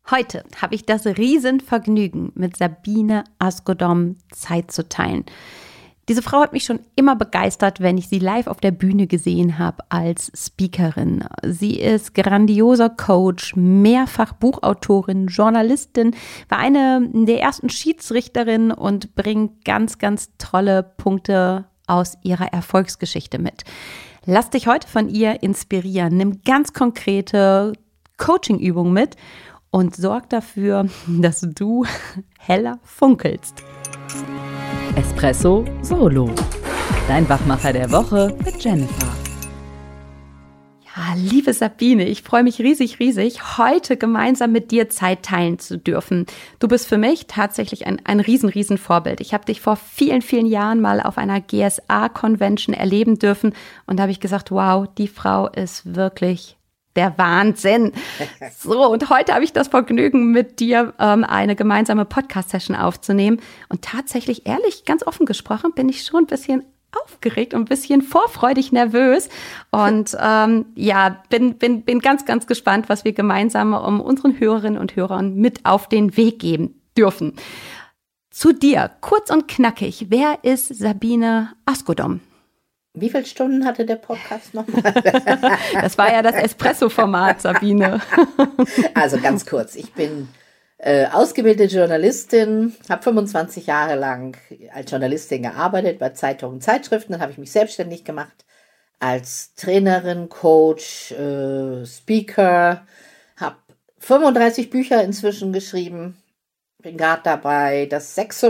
Heute habe ich das Riesenvergnügen, mit Sabine Askodom Zeit zu teilen. Diese Frau hat mich schon immer begeistert, wenn ich sie live auf der Bühne gesehen habe als Speakerin. Sie ist grandioser Coach, mehrfach Buchautorin, Journalistin, war eine der ersten Schiedsrichterinnen und bringt ganz, ganz tolle Punkte aus ihrer Erfolgsgeschichte mit. Lass dich heute von ihr inspirieren, nimm ganz konkrete Coaching-Übungen mit und sorg dafür, dass du heller funkelst. Espresso Solo, dein Wachmacher der Woche mit Jennifer. Ja, liebe Sabine, ich freue mich riesig, heute gemeinsam mit dir Zeit teilen zu dürfen. Du bist für mich tatsächlich ein riesen Vorbild. Ich habe dich vor vielen, vielen Jahren mal auf einer GSA-Convention erleben dürfen und da habe ich gesagt, wow, die Frau ist wirklich der Wahnsinn. So, und heute habe ich das Vergnügen, mit dir eine gemeinsame Podcast-Session aufzunehmen. Und tatsächlich, ehrlich, ganz offen gesprochen, bin ich schon ein bisschen aufgeregt und ein bisschen vorfreudig nervös. Und bin ganz gespannt, was wir gemeinsam unseren Hörerinnen und Hörern mit auf den Weg geben dürfen. Zu dir, kurz und knackig, wer ist Sabine Askodom? Wie viele Stunden hatte der Podcast nochmal? Das war ja das Espresso-Format, Sabine. Also ganz kurz, ich bin ausgebildete Journalistin, habe 25 Jahre lang als Journalistin gearbeitet bei Zeitungen und Zeitschriften. Dann habe ich mich selbstständig gemacht als Trainerin, Coach, Speaker, habe 35 Bücher inzwischen geschrieben. Bin gerade dabei, das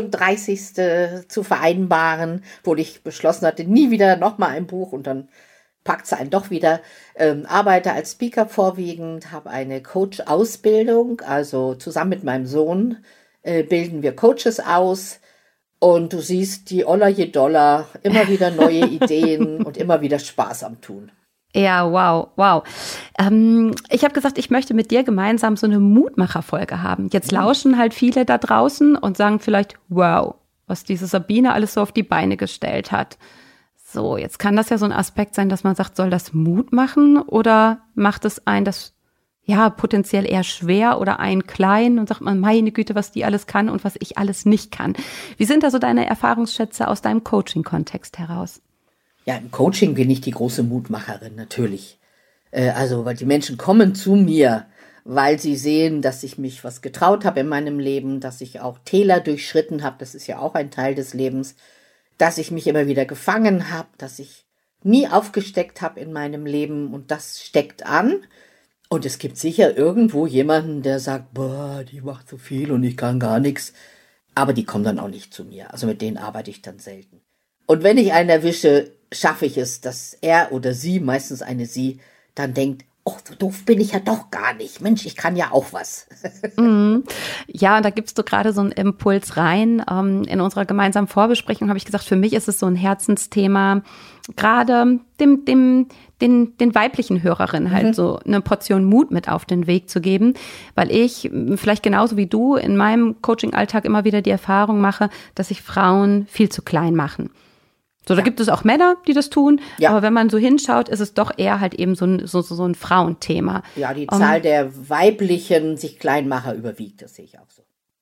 36. zu vereinbaren, wo ich beschlossen hatte, nie wieder nochmal ein Buch und dann packt es einen doch wieder. Arbeite als Speaker vorwiegend, habe eine Coach-Ausbildung, also zusammen mit meinem Sohn bilden wir Coaches aus und du siehst die Oller je Dollar, immer wieder neue Ideen und immer wieder Spaß am Tun. Ja, wow. Ich habe gesagt, ich möchte mit dir gemeinsam so eine Mutmacherfolge haben. Jetzt lauschen halt viele da draußen und sagen vielleicht, wow, was diese Sabine alles so auf die Beine gestellt hat. So, jetzt kann das ja so ein Aspekt sein, dass man sagt, soll das Mut machen oder macht es einen das ja potenziell eher schwer oder einen klein und sagt man, meine Güte, was die alles kann und was ich alles nicht kann. Wie sind da so deine Erfahrungsschätze aus deinem Coaching-Kontext heraus? Ja, im Coaching bin ich die große Mutmacherin, natürlich. Weil die Menschen kommen zu mir, weil sie sehen, dass ich mich was getraut habe in meinem Leben, dass ich auch Täler durchschritten habe, das ist ja auch ein Teil des Lebens, dass ich mich immer wieder gefangen habe, dass ich nie aufgesteckt habe in meinem Leben und das steckt an. Und es gibt sicher irgendwo jemanden, der sagt, boah, die macht so viel und ich kann gar nichts. Aber die kommen dann auch nicht zu mir, also mit denen arbeite ich dann selten. Und wenn ich einen erwische, schaffe ich es, dass er oder sie, meistens eine sie, dann denkt, oh, so doof bin ich ja doch gar nicht. Mensch, ich kann ja auch was. Ja, und da gibst du gerade so einen Impuls rein. In unserer gemeinsamen Vorbesprechung habe ich gesagt, für mich ist es so ein Herzensthema, gerade den weiblichen Hörerinnen halt so eine Portion Mut mit auf den Weg zu geben, weil ich vielleicht genauso wie du in meinem Coaching-Alltag immer wieder die Erfahrung mache, dass sich Frauen viel zu klein machen. So, da gibt es auch Männer, die das tun, aber wenn man so hinschaut, ist es doch eher halt eben so ein Frauenthema. Ja, die Zahl der weiblichen sich Kleinmacher überwiegt, das sehe ich auch so.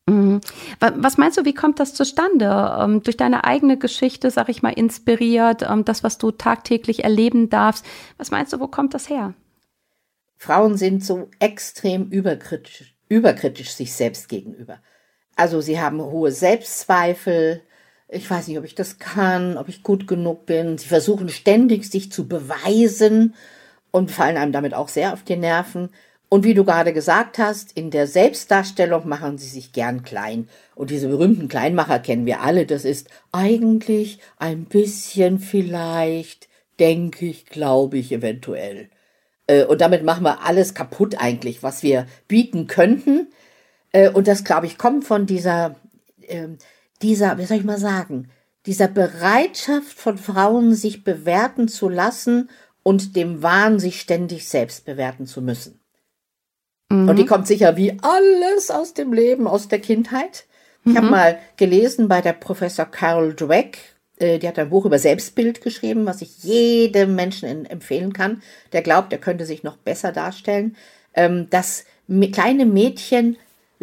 Was meinst du, wie kommt das zustande? Durch deine eigene Geschichte, sag ich mal, inspiriert, das, was du tagtäglich erleben darfst. Was meinst du, wo kommt das her? Frauen sind so extrem überkritisch sich selbst gegenüber. Also sie haben hohe Selbstzweifel. Ich weiß nicht, ob ich das kann, ob ich gut genug bin. Sie versuchen ständig, sich zu beweisen und fallen einem damit auch sehr auf die Nerven. Und wie du gerade gesagt hast, in der Selbstdarstellung machen sie sich gern klein. Und diese berühmten Kleinmacher kennen wir alle. Das ist eigentlich ein bisschen vielleicht, denke ich, glaube ich, eventuell. Und damit machen wir alles kaputt eigentlich, was wir bieten könnten. Und das, glaube ich, kommt von dieser, wie soll ich mal sagen, dieser Bereitschaft von Frauen, sich bewerten zu lassen und dem Wahn, sich ständig selbst bewerten zu müssen. Und die kommt sicher wie alles aus dem Leben, aus der Kindheit. Ich habe mal gelesen bei der Professor Carol Dweck, die hat ein Buch über Selbstbild geschrieben, was ich jedem Menschen empfehlen kann, der glaubt, er könnte sich noch besser darstellen, dass kleine Mädchen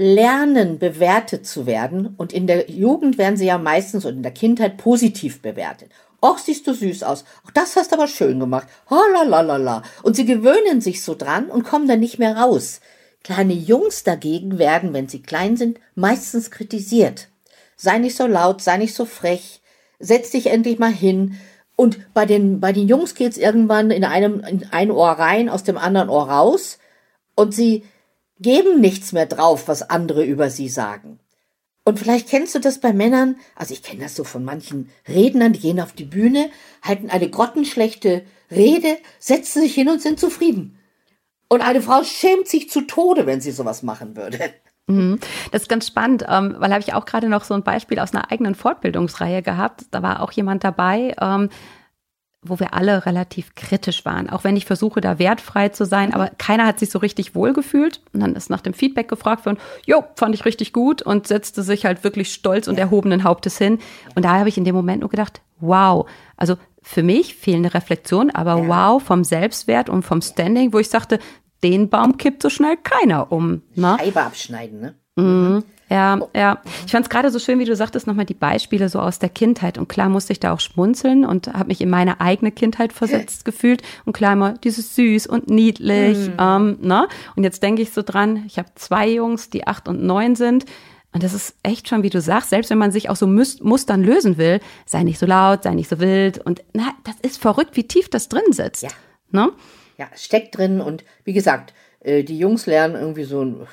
lernen, bewertet zu werden. Und in der Jugend werden sie ja meistens und in der Kindheit positiv bewertet. Och, siehst du süß aus. Ach, das hast du aber schön gemacht. Lalalala. Und sie gewöhnen sich so dran und kommen dann nicht mehr raus. Kleine Jungs dagegen werden, wenn sie klein sind, meistens kritisiert. Sei nicht so laut, sei nicht so frech, setz dich endlich mal hin. Und bei den Jungs geht's irgendwann in ein Ohr rein, aus dem anderen Ohr raus. Und sie geben nichts mehr drauf, was andere über sie sagen. Und vielleicht kennst du das bei Männern, also ich kenne das so von manchen Rednern, die gehen auf die Bühne, halten eine grottenschlechte Rede, setzen sich hin und sind zufrieden. Und eine Frau schämt sich zu Tode, wenn sie sowas machen würde. Das ist ganz spannend, weil habe ich auch gerade noch so ein Beispiel aus einer eigenen Fortbildungsreihe gehabt. Da war auch jemand dabei, wo wir alle relativ kritisch waren, auch wenn ich versuche, da wertfrei zu sein, aber keiner hat sich so richtig wohlgefühlt. Und dann ist nach dem Feedback gefragt worden, jo, fand ich richtig gut und setzte sich halt wirklich stolz und erhobenen Hauptes hin. Und da habe ich in dem Moment nur gedacht, wow, also für mich fehlende Reflexion, aber wow, vom Selbstwert und vom Standing, wo ich sagte, den Baum kippt so schnell keiner um. Ne? Scheibe abschneiden, ne? Ja. Ich fand es gerade so schön, wie du sagtest, nochmal die Beispiele so aus der Kindheit. Und klar musste ich da auch schmunzeln und habe mich in meine eigene Kindheit versetzt gefühlt. Und klar immer dieses süß und niedlich. Ne? Und jetzt denke ich so dran, ich habe 2 Jungs, die 8 und 9 sind. Und das ist echt schon, wie du sagst, selbst wenn man sich auch so Mustern lösen will, sei nicht so laut, sei nicht so wild. Und das ist verrückt, wie tief das drin sitzt. Ja. Ne? Ja, es steckt drin. Und wie gesagt, die Jungs lernen irgendwie so ein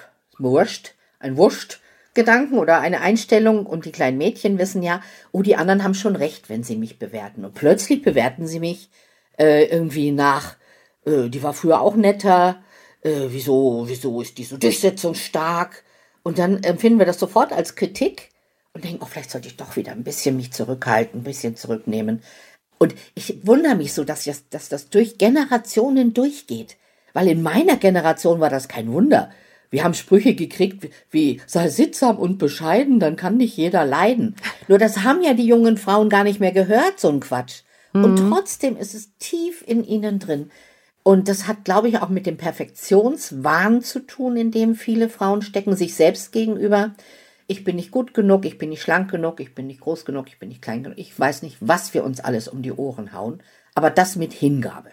Wurst-Gedanken oder eine Einstellung und die kleinen Mädchen wissen ja, oh, die anderen haben schon recht, wenn sie mich bewerten. Und plötzlich bewerten sie mich irgendwie nach, die war früher auch netter, wieso ist die so durchsetzungsstark? Und dann empfinden wir das sofort als Kritik und denken, oh, vielleicht sollte ich doch wieder ein bisschen mich zurückhalten, ein bisschen zurücknehmen. Und ich wundere mich so, dass das durch Generationen durchgeht. Weil in meiner Generation war das kein Wunder. Wir haben Sprüche gekriegt wie, sei sittsam und bescheiden, dann kann nicht jeder leiden. Nur das haben ja die jungen Frauen gar nicht mehr gehört, so ein Quatsch. Und trotzdem ist es tief in ihnen drin. Und das hat, glaube ich, auch mit dem Perfektionswahn zu tun, in dem viele Frauen stecken, sich selbst gegenüber. Ich bin nicht gut genug, ich bin nicht schlank genug, ich bin nicht groß genug, ich bin nicht klein genug. Ich weiß nicht, was wir uns alles um die Ohren hauen, aber das mit Hingabe.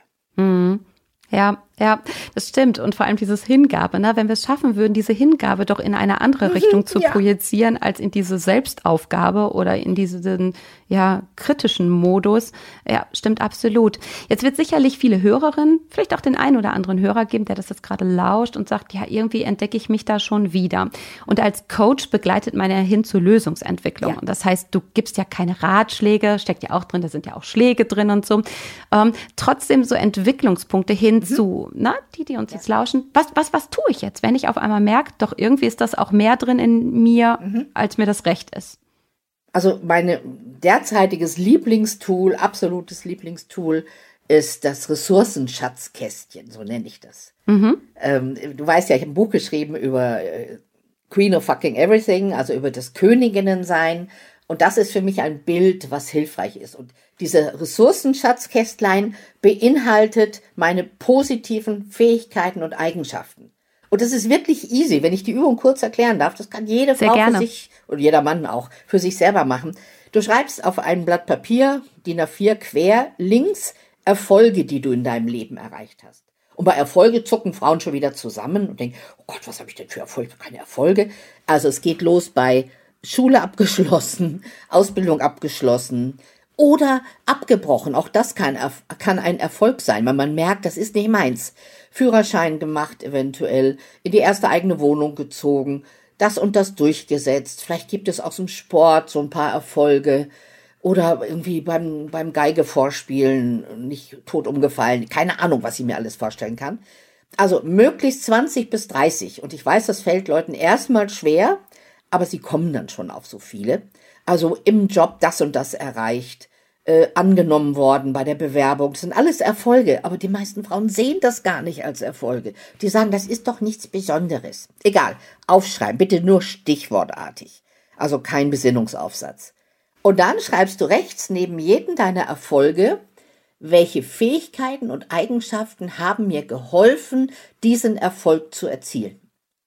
Ja, das stimmt. Und vor allem dieses Hingabe, ne? Wenn wir es schaffen würden, diese Hingabe doch in eine andere Richtung zu projizieren, als in diese Selbstaufgabe oder in diesen, kritischen Modus. Ja, stimmt absolut. Jetzt wird sicherlich viele Hörerinnen, vielleicht auch den einen oder anderen Hörer geben, der das jetzt gerade lauscht und sagt, ja, irgendwie entdecke ich mich da schon wieder. Und als Coach begleitet man ja hin zur Lösungsentwicklung. Ja. Und das heißt, du gibst ja keine Ratschläge, steckt ja auch drin, da sind ja auch Schläge drin und so. Trotzdem so Entwicklungspunkte hinzu, ne? Die uns jetzt lauschen. Was tue ich jetzt, wenn ich auf einmal merke, doch irgendwie ist das auch mehr drin in mir, als mir das recht ist? Also mein derzeitiges Lieblingstool, absolutes Lieblingstool, ist das Ressourcenschatzkästchen, so nenne ich das. Du weißt ja, ich habe ein Buch geschrieben über Queen of fucking everything, also über das Königinnensein. Und das ist für mich ein Bild, was hilfreich ist. Und diese Ressourcenschatzkästlein beinhaltet meine positiven Fähigkeiten und Eigenschaften. Und das ist wirklich easy, wenn ich die Übung kurz erklären darf. Das kann jede Frau für sich und jeder Mann auch für sich selber machen. Du schreibst auf ein Blatt Papier, DIN A4 quer, links Erfolge, die du in deinem Leben erreicht hast. Und bei Erfolge zucken Frauen schon wieder zusammen und denken, oh Gott, was habe ich denn für Erfolge? Keine Erfolge. Also es geht los bei Schule abgeschlossen, Ausbildung abgeschlossen oder abgebrochen. Auch das kann ein Erfolg sein, weil man merkt, das ist nicht meins. Führerschein gemacht eventuell, in die erste eigene Wohnung gezogen, das und das durchgesetzt. Vielleicht gibt es aus dem Sport so ein paar Erfolge oder irgendwie beim Geige vorspielen nicht tot umgefallen. Keine Ahnung, was ich mir alles vorstellen kann. Also möglichst 20 bis 30. Und ich weiß, das fällt Leuten erstmal schwer, aber sie kommen dann schon auf so viele. Also im Job das und das erreicht, angenommen worden bei der Bewerbung. Das sind alles Erfolge, aber die meisten Frauen sehen das gar nicht als Erfolge. Die sagen, das ist doch nichts Besonderes. Egal, aufschreiben, bitte nur stichwortartig. Also kein Besinnungsaufsatz. Und dann schreibst du rechts neben jedem deiner Erfolge, welche Fähigkeiten und Eigenschaften haben mir geholfen, diesen Erfolg zu erzielen.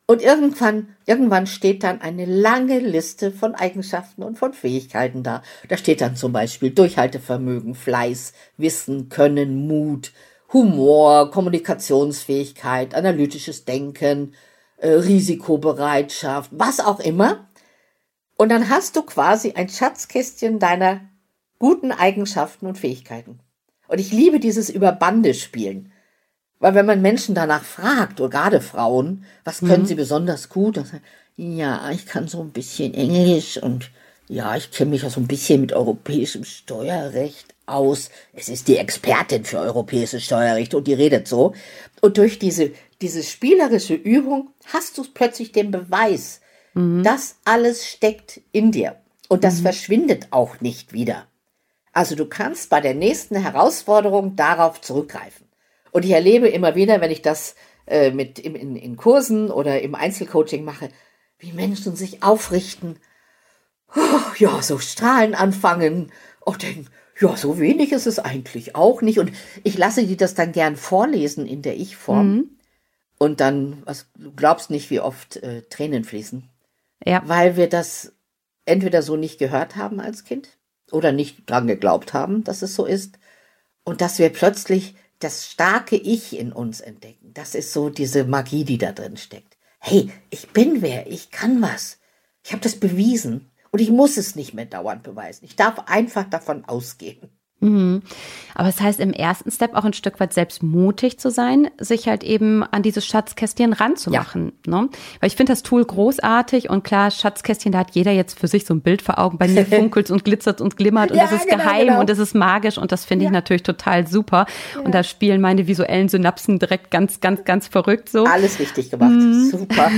Und irgendwann steht dann eine lange Liste von Eigenschaften und von Fähigkeiten da. Da steht dann zum Beispiel Durchhaltevermögen, Fleiß, Wissen, Können, Mut, Humor, Kommunikationsfähigkeit, analytisches Denken, Risikobereitschaft, was auch immer. Und dann hast du quasi ein Schatzkästchen deiner guten Eigenschaften und Fähigkeiten. Und ich liebe dieses Über-Bande-Spielen. Weil wenn man Menschen danach fragt, oder gerade Frauen, was können sie besonders gut? Dann sagen, ja, ich kann so ein bisschen Englisch und ja, ich kenne mich ja so ein bisschen mit europäischem Steuerrecht aus. Es ist die Expertin für europäisches Steuerrecht und die redet so. Und durch diese spielerische Übung hast du plötzlich den Beweis, das alles steckt in dir. Und das verschwindet auch nicht wieder. Also du kannst bei der nächsten Herausforderung darauf zurückgreifen. Und ich erlebe immer wieder, wenn ich das in Kursen oder im Einzelcoaching mache, wie Menschen sich aufrichten, ja, so strahlen anfangen und denken, ja, so wenig ist es eigentlich auch nicht. Und ich lasse die das dann gern vorlesen in der Ich-Form. Und dann, du glaubst nicht, wie oft Tränen fließen. Ja. Weil wir das entweder so nicht gehört haben als Kind oder nicht dran geglaubt haben, dass es so ist. Und dass wir plötzlich das starke Ich in uns entdecken. Das ist so diese Magie, die da drin steckt. Hey, ich bin wer, ich kann was. Ich habe das bewiesen und ich muss es nicht mehr dauernd beweisen. Ich darf einfach davon ausgehen. Aber es heißt im ersten Step auch ein Stück weit selbst mutig zu sein, sich halt eben an dieses Schatzkästchen ranzumachen. Ja. Ne? Weil ich finde das Tool großartig und klar, Schatzkästchen, da hat jeder jetzt für sich so ein Bild vor Augen. Bei mir funkelt und glitzert und glimmert und ja, es ist genau, geheim genau. und es ist magisch und das finde ich natürlich total super. Ja. Und da spielen meine visuellen Synapsen direkt ganz, ganz, ganz verrückt so. Alles richtig gemacht, super.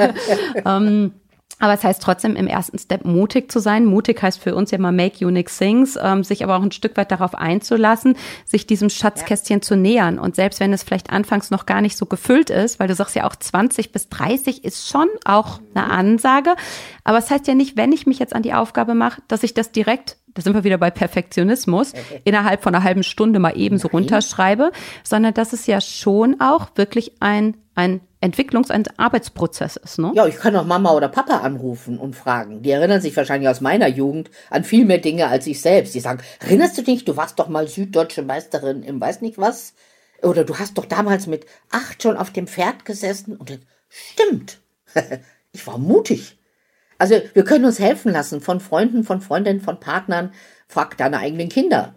Aber es heißt trotzdem im ersten Step mutig zu sein. Mutig heißt für uns ja mal make unique things, sich aber auch ein Stück weit darauf einzulassen, sich diesem Schatzkästchen zu nähern. Und selbst wenn es vielleicht anfangs noch gar nicht so gefüllt ist, weil du sagst ja auch 20 bis 30 ist schon auch eine Ansage. Aber es heißt ja nicht, wenn ich mich jetzt an die Aufgabe mache, dass ich das direkt, da sind wir wieder bei Perfektionismus, innerhalb von einer halben Stunde mal eben so runterschreibe, sondern dass es ja schon auch wirklich ein ein Arbeitsprozess ist, ne? Ja, ich kann auch Mama oder Papa anrufen und fragen. Die erinnern sich wahrscheinlich aus meiner Jugend an viel mehr Dinge als ich selbst. Die sagen, erinnerst du dich, du warst doch mal süddeutsche Meisterin im weiß nicht was? Oder du hast doch damals mit 8 schon auf dem Pferd gesessen. Und dann, stimmt, ich war mutig. Also wir können uns helfen lassen von Freunden, von Freundinnen, von Partnern. Frag deine eigenen Kinder.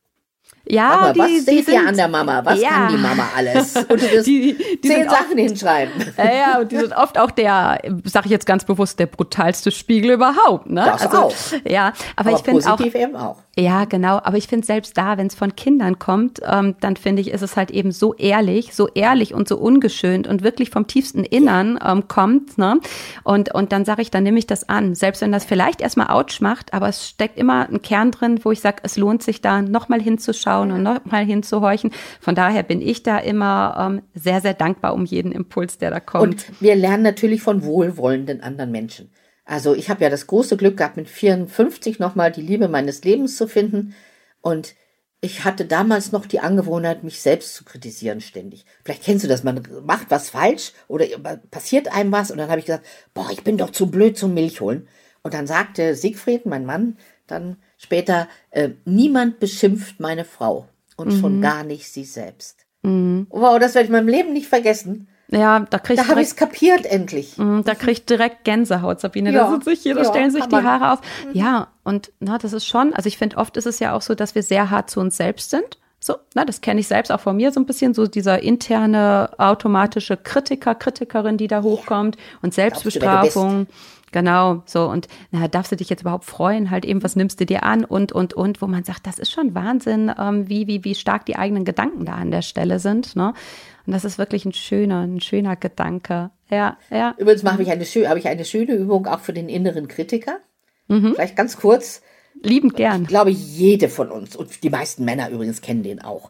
Ja, Mama, was seht ihr an der Mama? Was kann die Mama alles? Und du wirst 10 Sachen hinschreiben. Ja, und die sind oft auch sag ich jetzt ganz bewusst, der brutalste Spiegel überhaupt. Ne? Das auch. Ja, aber ich finde auch. Positiv eben auch. Ja, genau. Aber ich finde selbst da, wenn es von Kindern kommt, dann finde ich, ist es halt eben so ehrlich und so ungeschönt und wirklich vom tiefsten Innern kommt. Ne? Und dann sage ich, dann nehme ich das an. Selbst wenn das vielleicht erstmal Autsch macht, aber es steckt immer ein Kern drin, wo ich sage, es lohnt sich da nochmal hinzuschauen und nochmal hinzuhorchen. Von daher bin ich da immer sehr, sehr dankbar um jeden Impuls, der da kommt. Und wir lernen natürlich von wohlwollenden anderen Menschen. Also ich habe ja das große Glück gehabt, mit 54 nochmal die Liebe meines Lebens zu finden. Und ich hatte damals noch die Angewohnheit, mich selbst zu kritisieren ständig. Vielleicht kennst du das, man macht was falsch oder passiert einem was. Und dann habe ich gesagt, boah, ich bin doch zu blöd zum Milch holen. Und dann sagte Siegfried, mein Mann, dann später, niemand beschimpft meine Frau und schon gar nicht sie selbst. Wow, das werde ich in meinem Leben nicht vergessen. Ja, da habe ich es kapiert endlich. Da kriege ich direkt Gänsehaut, Sabine. Ja, da sind sich hier, da stellen sich die Haare auf. Ja, und das ist schon, also ich finde, oft ist es ja auch so, dass wir sehr hart zu uns selbst sind. So, das kenne ich selbst auch von mir so ein bisschen, so dieser interne automatische Kritikerin, die da hochkommt und Selbstbestrafung. Genau, so und darfst du dich jetzt überhaupt freuen, halt eben, was nimmst du dir an und, wo man sagt, das ist schon Wahnsinn, wie stark die eigenen Gedanken da an der Stelle sind, ne? Und das ist wirklich ein schöner Gedanke. Ja. Übrigens habe ich eine schöne Übung auch für den inneren Kritiker. Vielleicht ganz kurz. Liebend gern. Ich glaube, jede von uns, und die meisten Männer übrigens kennen den auch.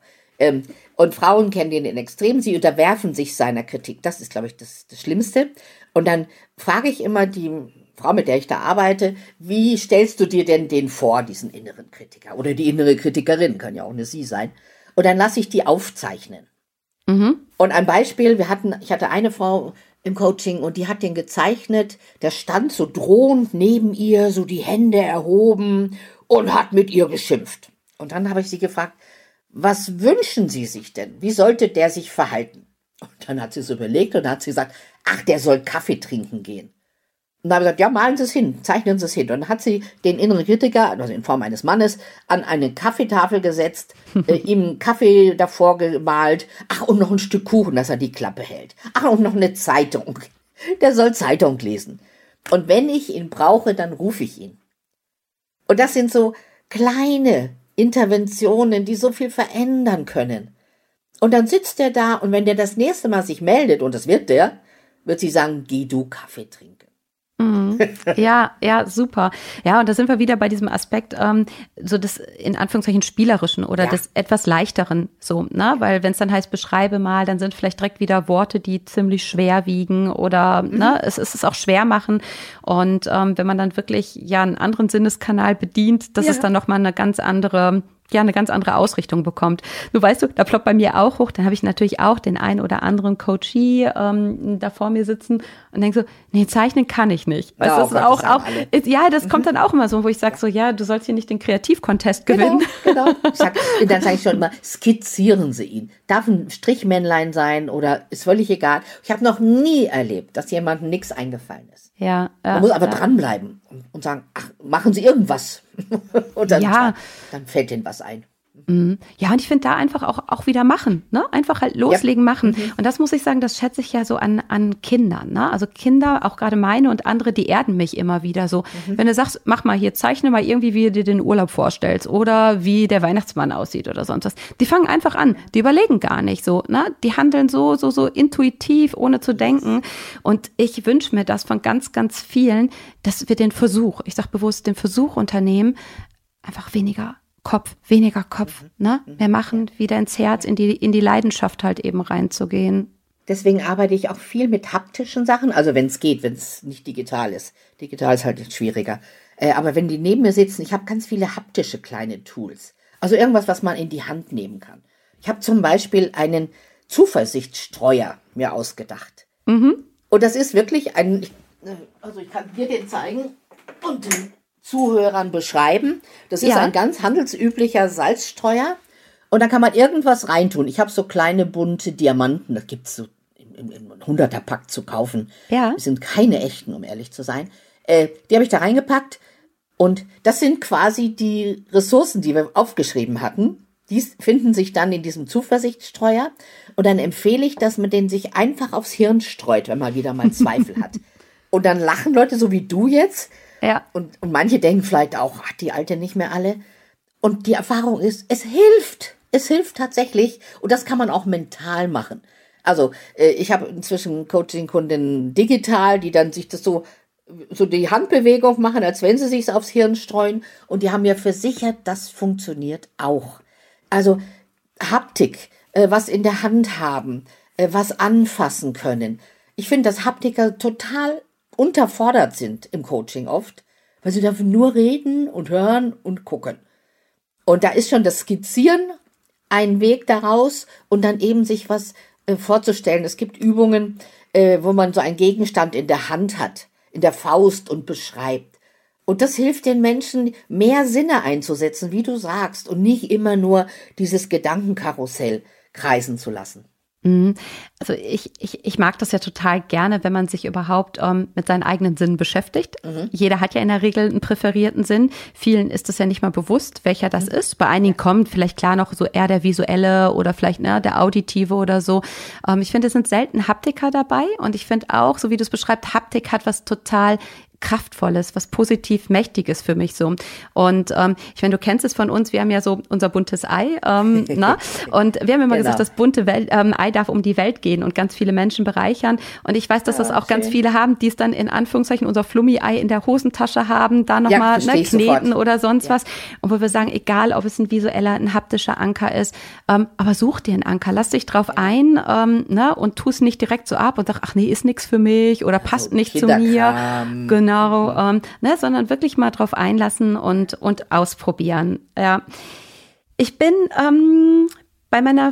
Und Frauen kennen den in Extrem. Sie unterwerfen sich seiner Kritik. Das ist, glaube ich, das Schlimmste. Und dann frage ich immer die Frau, mit der ich da arbeite, wie stellst du dir denn den vor, diesen inneren Kritiker? Oder die innere Kritikerin, kann ja auch eine sie sein. Und dann lasse ich die aufzeichnen. Und ein Beispiel, ich hatte eine Frau, im Coaching und die hat den gezeichnet, der stand so drohend neben ihr, so die Hände erhoben und hat mit ihr geschimpft. Und dann habe ich sie gefragt, was wünschen Sie sich denn? Wie sollte der sich verhalten? Und dann hat sie es überlegt und hat sie gesagt, ach, der soll Kaffee trinken gehen. Und dann habe ich gesagt, ja, malen Sie es hin, zeichnen Sie es hin. Und dann hat sie den inneren Kritiker, also in Form eines Mannes, an eine Kaffeetafel gesetzt, ihm Kaffee davor gemalt, ach, und noch ein Stück Kuchen, dass er die Klappe hält. Ach, und noch eine Zeitung. Der soll Zeitung lesen. Und wenn ich ihn brauche, dann rufe ich ihn. Und das sind so kleine Interventionen, die so viel verändern können. Und dann sitzt er da und wenn der das nächste Mal sich meldet, und das wird der, wird sie sagen, geh du Kaffee trinken. Ja, super. Ja, und da sind wir wieder bei diesem Aspekt, so des in Anführungszeichen spielerischen oder des etwas leichteren, so, ne? Weil wenn es dann heißt, beschreibe mal, dann sind vielleicht direkt wieder Worte, die ziemlich schwer wiegen oder ne, es ist auch schwer machen. Und wenn man dann wirklich ja einen anderen Sinneskanal bedient, das ist dann nochmal eine ganz andere Ausrichtung bekommt. Du weißt, da ploppt bei mir auch hoch, dann habe ich natürlich auch den einen oder anderen Coachee da vor mir sitzen und denke so, nee, zeichnen kann ich nicht. Weißt, das das kommt dann auch immer so, wo ich sage so, ja, du sollst hier nicht den Kreativcontest gewinnen. Genau. Dann sage ich schon immer, skizzieren Sie ihn. Darf ein Strichmännlein sein oder ist völlig egal. Ich habe noch nie erlebt, dass jemandem nichts eingefallen ist. Ja, man muss aber dranbleiben und sagen, ach, machen Sie irgendwas. Und dann fällt Ihnen was ein. Ja, und ich finde da einfach auch wieder machen, ne? Einfach halt loslegen, machen. Und das muss ich sagen, das schätze ich ja so an Kindern, ne? Also Kinder, auch gerade meine und andere, die erden mich immer wieder so. Wenn du sagst, mach mal hier, zeichne mal irgendwie, wie du dir den Urlaub vorstellst oder wie der Weihnachtsmann aussieht oder sonst was. Die fangen einfach an, die überlegen gar nicht so, ne? Die handeln so intuitiv, ohne zu denken. Und ich wünsche mir das von ganz, ganz vielen, dass wir den Versuch, ich sage bewusst, den Versuch unternehmen, einfach weniger Kopf, ne? Mehr machen, wieder ins Herz, in die Leidenschaft halt eben reinzugehen. Deswegen arbeite ich auch viel mit haptischen Sachen, also wenn es geht, wenn es nicht digital ist. Digital ist halt schwieriger. Aber wenn die neben mir sitzen, ich habe ganz viele haptische kleine Tools. Also irgendwas, was man in die Hand nehmen kann. Ich habe zum Beispiel einen Zuversichtsstreuer mir ausgedacht. Und das ist wirklich ich kann dir den zeigen und den Zuhörern beschreiben. Das ist ein ganz handelsüblicher Salzstreuer und da kann man irgendwas reintun. Ich habe so kleine bunte Diamanten, das gibt's so im 100er-Pack zu kaufen. Ja. Die sind keine echten, um ehrlich zu sein. Die habe ich da reingepackt und das sind quasi die Ressourcen, die wir aufgeschrieben hatten. Die finden sich dann in diesem Zuversichtsstreuer und dann empfehle ich, dass man den sich einfach aufs Hirn streut, wenn man wieder mal Zweifel hat. Und dann lachen Leute so wie du jetzt. Ja. Und manche denken vielleicht auch, die Alte nicht mehr alle. Und die Erfahrung ist, es hilft. Es hilft tatsächlich. Und das kann man auch mental machen. Also ich habe inzwischen Coaching-Kunden digital, die dann sich das so die Handbewegung machen, als wenn sie sich aufs Hirn streuen. Und die haben mir versichert, das funktioniert auch. Also Haptik, was in der Hand haben, was anfassen können. Ich finde, dass Haptiker total unterfordert sind im Coaching oft, weil sie dafür nur reden und hören und gucken. Und da ist schon das Skizzieren ein Weg daraus und dann eben sich was vorzustellen. Es gibt Übungen, wo man so einen Gegenstand in der Hand hat, in der Faust und beschreibt. Und das hilft den Menschen, mehr Sinne einzusetzen, wie du sagst, und nicht immer nur dieses Gedankenkarussell kreisen zu lassen. Also ich mag das ja total gerne, wenn man sich überhaupt mit seinen eigenen Sinnen beschäftigt. Jeder hat ja in der Regel einen präferierten Sinn. Vielen ist es ja nicht mal bewusst, welcher das ist. Bei einigen kommt vielleicht klar noch so eher der visuelle oder vielleicht der auditive oder so. Ich finde, es sind selten Haptiker dabei und ich finde auch, so wie du es beschreibst, Haptik hat was total Kraftvolles, was positiv Mächtiges für mich so. Und ich meine, du kennst es von uns, wir haben ja so unser buntes Ei, ne? Und wir haben immer gesagt, das bunte Ei darf um die Welt gehen und ganz viele Menschen bereichern. Und ich weiß, dass das auch ganz viele haben, die es dann in Anführungszeichen unser Flummi-Ei in der Hosentasche haben, da nochmal kneten oder sonst was. Und wo wir sagen, egal, ob es ein visueller, ein haptischer Anker ist, aber such dir einen Anker, lass dich drauf ein, ne? Und tu es nicht direkt so ab und sag, ach nee, ist nichts für mich oder passt nicht zu mir. Genau, sondern wirklich mal drauf einlassen und ausprobieren. Ja. Ich bin bei meiner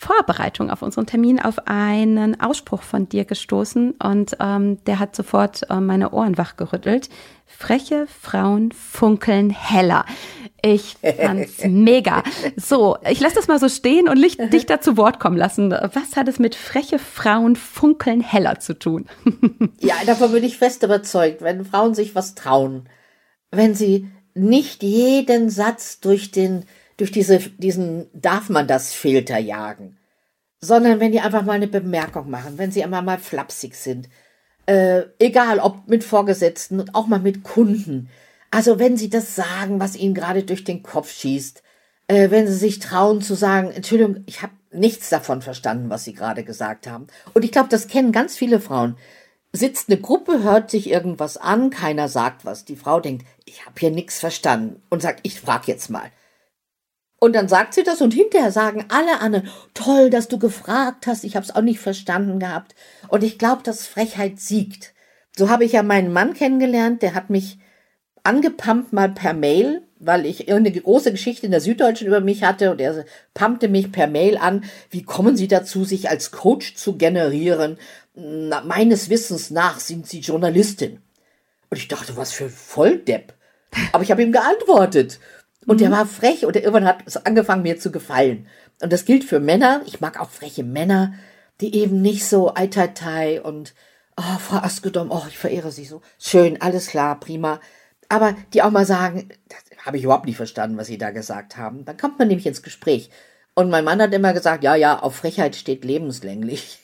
Vorbereitung auf unseren Termin auf einen Ausspruch von dir gestoßen und der hat sofort meine Ohren wachgerüttelt. Freche Frauen funkeln heller. Ich fand's mega. So, ich lasse das mal so stehen und dich da zu Wort kommen lassen. Was hat es mit freche Frauen funkeln heller zu tun? Ja, davon bin ich fest überzeugt, wenn Frauen sich was trauen, wenn sie nicht jeden Satz durch diesen darf man das Filter jagen, sondern wenn die einfach mal eine Bemerkung machen, wenn sie einmal mal flapsig sind, egal ob mit Vorgesetzten und auch mal mit Kunden. Also wenn sie das sagen, was ihnen gerade durch den Kopf schießt, wenn sie sich trauen zu sagen, Entschuldigung, ich habe nichts davon verstanden, was sie gerade gesagt haben. Und ich glaube, das kennen ganz viele Frauen. Sitzt eine Gruppe, hört sich irgendwas an, keiner sagt was. Die Frau denkt, ich habe hier nichts verstanden und sagt, ich frage jetzt mal. Und dann sagt sie das und hinterher sagen alle anderen, toll, dass du gefragt hast, ich habe es auch nicht verstanden gehabt. Und ich glaube, dass Frechheit siegt. So habe ich ja meinen Mann kennengelernt, der hat mich angepumpt mal per Mail, weil ich irgendeine große Geschichte in der Süddeutschen über mich hatte und er pumpte mich per Mail an, wie kommen Sie dazu, sich als Coach zu generieren? Meines Wissens nach sind Sie Journalistin. Und ich dachte, was für ein Volldepp. Aber ich habe ihm geantwortet. Und der war frech und irgendwann hat es angefangen, mir zu gefallen. Und das gilt für Männer. Ich mag auch freche Männer, die eben nicht so Eitatai und Frau Askedom, ich verehre Sie so. Schön, alles klar, prima. Aber die auch mal sagen, das habe ich überhaupt nicht verstanden, was Sie da gesagt haben. Dann kommt man nämlich ins Gespräch. Und mein Mann hat immer gesagt, ja, auf Frechheit steht lebenslänglich.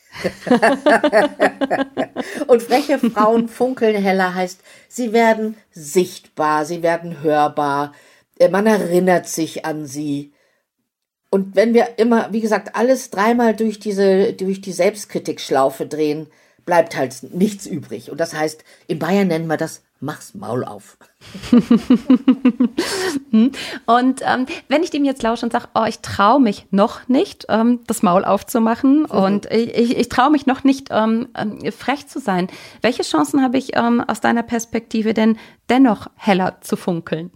Und freche Frauen funkeln heller heißt, sie werden sichtbar, sie werden hörbar, man erinnert sich an sie. Und wenn wir immer, wie gesagt, alles dreimal durch die Selbstkritikschlaufe drehen, bleibt halt nichts übrig. Und das heißt, in Bayern nennen wir das, mach's Maul auf. Und wenn ich dem jetzt lausche und sage, ich traue mich noch nicht, das Maul aufzumachen und ich traue mich noch nicht, frech zu sein, welche Chancen habe ich aus deiner Perspektive denn dennoch heller zu funkeln?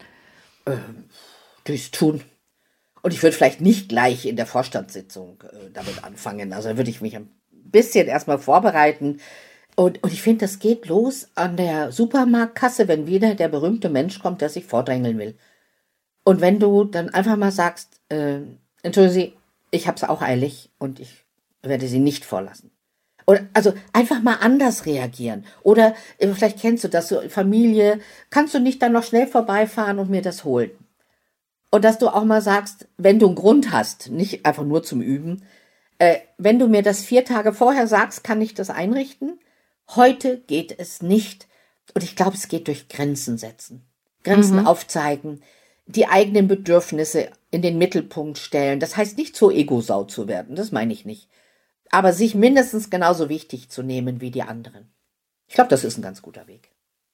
Durchs Tun. Und ich würde vielleicht nicht gleich in der Vorstandssitzung damit anfangen. Also da würde ich mich ein bisschen erstmal vorbereiten. Und ich finde, das geht los an der Supermarktkasse, wenn wieder der berühmte Mensch kommt, der sich vordrängeln will. Und wenn du dann einfach mal sagst, entschuldigen Sie, ich habe es auch eilig und ich werde Sie nicht vorlassen. Oder, also einfach mal anders reagieren. Oder vielleicht kennst du das, so Familie, kannst du nicht dann noch schnell vorbeifahren und mir das holen? Und dass du auch mal sagst, wenn du einen Grund hast, nicht einfach nur zum Üben, wenn du mir das 4 Tage vorher sagst, kann ich das einrichten? Heute geht es nicht. Und ich glaube, es geht durch Grenzen setzen. Grenzen aufzeigen, die eigenen Bedürfnisse in den Mittelpunkt stellen. Das heißt nicht zur Ego-Sau zu werden, das meine ich nicht. Aber sich mindestens genauso wichtig zu nehmen wie die anderen. Ich glaube, das ist ein ganz guter Weg.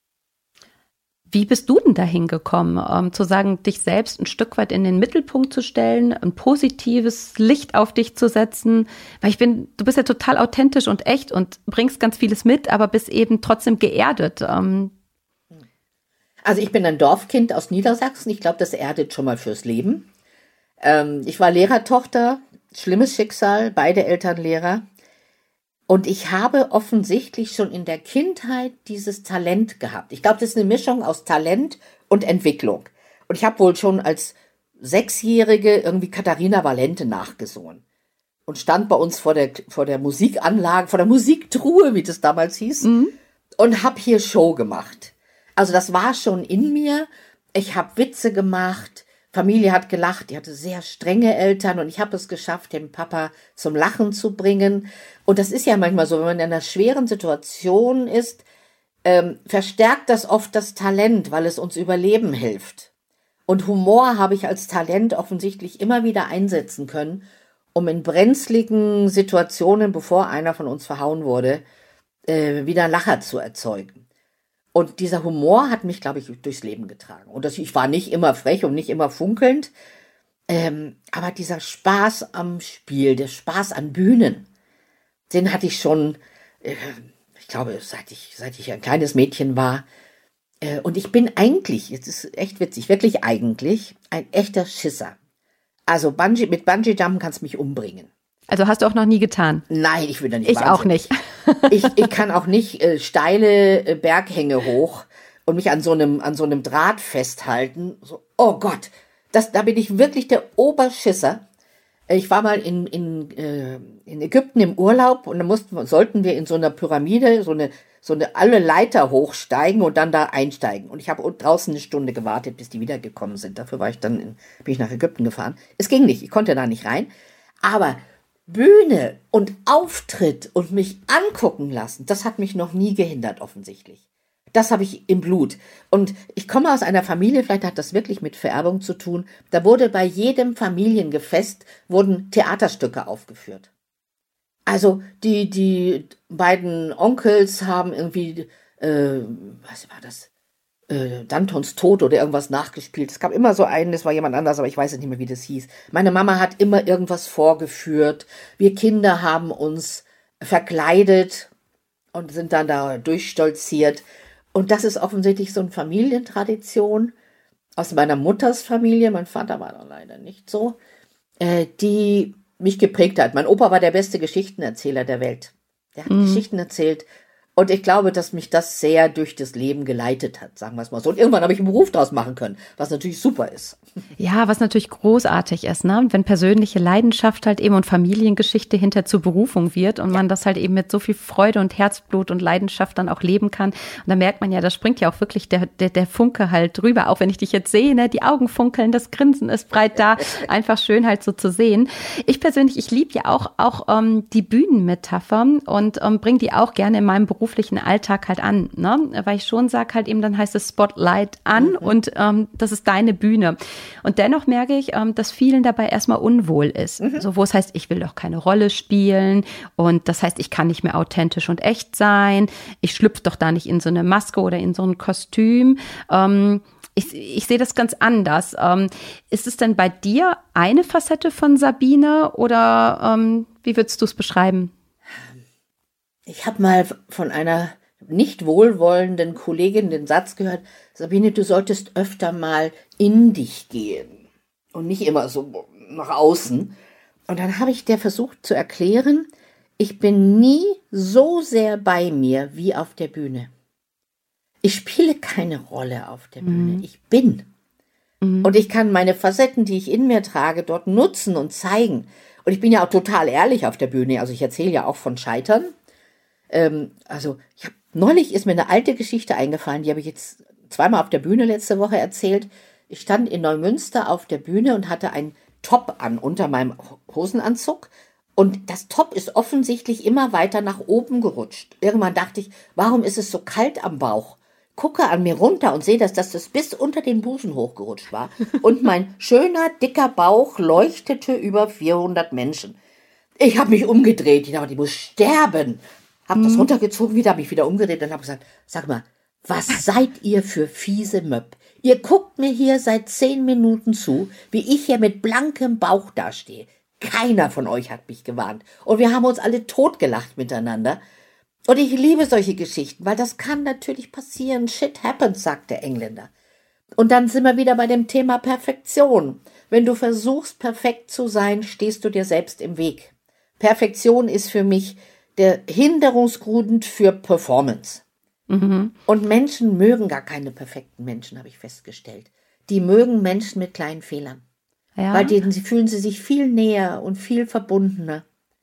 Wie bist du denn dahin gekommen, zu sagen, dich selbst ein Stück weit in den Mittelpunkt zu stellen, ein positives Licht auf dich zu setzen? Weil du bist ja total authentisch und echt und bringst ganz vieles mit, aber bist eben trotzdem geerdet. Also ich bin ein Dorfkind aus Niedersachsen. Ich glaube, das erdet schon mal fürs Leben. Ich war Lehrertochter, schlimmes Schicksal, beide Eltern Lehrer. Und ich habe offensichtlich schon in der Kindheit dieses Talent gehabt. Ich glaube, das ist eine Mischung aus Talent und Entwicklung. Und ich habe wohl schon als 6-Jährige irgendwie Katharina Valente nachgesungen. Und stand bei uns vor der Musikanlage, vor der Musiktruhe, wie das damals hieß, und habe hier Show gemacht. Also das war schon in mir. Ich habe Witze gemacht. Familie hat gelacht, die hatte sehr strenge Eltern und ich habe es geschafft, den Papa zum Lachen zu bringen. Und das ist ja manchmal so, wenn man in einer schweren Situation ist, verstärkt das oft das Talent, weil es uns überleben hilft. Und Humor habe ich als Talent offensichtlich immer wieder einsetzen können, um in brenzligen Situationen, bevor einer von uns verhauen wurde, wieder Lacher zu erzeugen. Und dieser Humor hat mich, glaube ich, durchs Leben getragen. Und ich war nicht immer frech und nicht immer funkelnd, aber dieser Spaß am Spiel, der Spaß an Bühnen, den hatte ich schon, ich glaube, seit ich ein kleines Mädchen war. Und ich bin eigentlich, jetzt ist echt witzig, wirklich eigentlich ein echter Schisser. Also mit Bungee-Jumpen kannst du mich umbringen. Also hast du auch noch nie getan? Nein, ich will da nicht. Ich auch nicht. Ich kann auch nicht steile Berghänge hoch und mich an so einem Draht festhalten. So, oh Gott, da bin ich wirklich der Oberschisser. Ich war mal in Ägypten im Urlaub und dann sollten wir in so einer Pyramide so eine alle Leiter hochsteigen und dann da einsteigen. Und ich habe draußen eine Stunde gewartet, bis die wiedergekommen sind. Dafür bin ich nach Ägypten gefahren. Es ging nicht, ich konnte da nicht rein. Aber Bühne und Auftritt und mich angucken lassen, das hat mich noch nie gehindert, offensichtlich. Das habe ich im Blut. Und ich komme aus einer Familie, vielleicht hat das wirklich mit Vererbung zu tun, da wurde bei jedem Familiengefest wurden Theaterstücke aufgeführt. Also die beiden Onkels haben irgendwie, was war das, Dantons Tod oder irgendwas nachgespielt. Es gab immer so einen, das war jemand anders, aber ich weiß nicht mehr, wie das hieß. Meine Mama hat immer irgendwas vorgeführt. Wir Kinder haben uns verkleidet und sind dann da durchstolziert. Und das ist offensichtlich so eine Familientradition aus meiner Mutters Familie. Mein Vater war da leider nicht so, die mich geprägt hat. Mein Opa war der beste Geschichtenerzähler der Welt. Der hat Geschichten erzählt. Und ich glaube, dass mich das sehr durch das Leben geleitet hat, sagen wir es mal so. Und irgendwann habe ich einen Beruf daraus machen können, was natürlich super ist. Ja, was natürlich großartig ist, ne? Wenn persönliche Leidenschaft halt eben und Familiengeschichte hinter zur Berufung wird und man das halt eben mit so viel Freude und Herzblut und Leidenschaft dann auch leben kann. Und da merkt man ja, da springt ja auch wirklich der Funke halt drüber. Auch wenn ich dich jetzt sehe, ne? Die Augen funkeln, das Grinsen ist breit da. Einfach schön halt so zu sehen. Ich persönlich, ich liebe ja auch die Bühnenmetaphern und bringe die auch gerne in meinem beruflichen Alltag halt an, ne? Weil ich schon sage halt eben, dann heißt es Spotlight an und das ist deine Bühne. Und dennoch merke ich, dass vielen dabei erstmal unwohl ist. So, wo es heißt, ich will doch keine Rolle spielen und das heißt, ich kann nicht mehr authentisch und echt sein. Ich schlüpfe doch da nicht in so eine Maske oder in so ein Kostüm. Ich sehe das ganz anders. Ist es denn bei dir eine Facette von Sabine oder wie würdest du es beschreiben? Ich habe mal von einer nicht wohlwollenden Kollegin den Satz gehört, Sabine, du solltest öfter mal in dich gehen und nicht immer so nach außen. Und dann habe ich der versucht zu erklären, ich bin nie so sehr bei mir wie auf der Bühne. Ich spiele keine Rolle auf der Bühne, ich bin. Und ich kann meine Facetten, die ich in mir trage, dort nutzen und zeigen. Und ich bin ja auch total ehrlich auf der Bühne, also ich erzähle ja auch von Scheitern. Neulich ist mir eine alte Geschichte eingefallen, die habe ich jetzt zweimal auf der Bühne letzte Woche erzählt. Ich stand in Neumünster auf der Bühne und hatte ein Top an unter meinem Hosenanzug und das Top ist offensichtlich immer weiter nach oben gerutscht. Irgendwann dachte ich, warum ist es so kalt am Bauch? Gucke an mir runter und sehe, dass das bis unter den Busen hochgerutscht war und mein schöner, dicker Bauch leuchtete über 400 Menschen. Ich habe mich umgedreht, ich dachte, ich muss sterben. Hab das runtergezogen, habe mich wieder umgedreht und habe gesagt, sag mal, was seid ihr für fiese Möb? Ihr guckt mir hier seit 10 Minuten zu, wie ich hier mit blankem Bauch dastehe. Keiner von euch hat mich gewarnt. Und wir haben uns alle totgelacht miteinander. Und ich liebe solche Geschichten, weil das kann natürlich passieren. Shit happens, sagt der Engländer. Und dann sind wir wieder bei dem Thema Perfektion. Wenn du versuchst, perfekt zu sein, stehst du dir selbst im Weg. Perfektion ist für mich der Hinderungsgrund für Performance. Und Menschen mögen gar keine perfekten Menschen, habe ich festgestellt. Die mögen Menschen mit kleinen Fehlern. Ja. Weil fühlen sie sich viel näher und viel verbundener.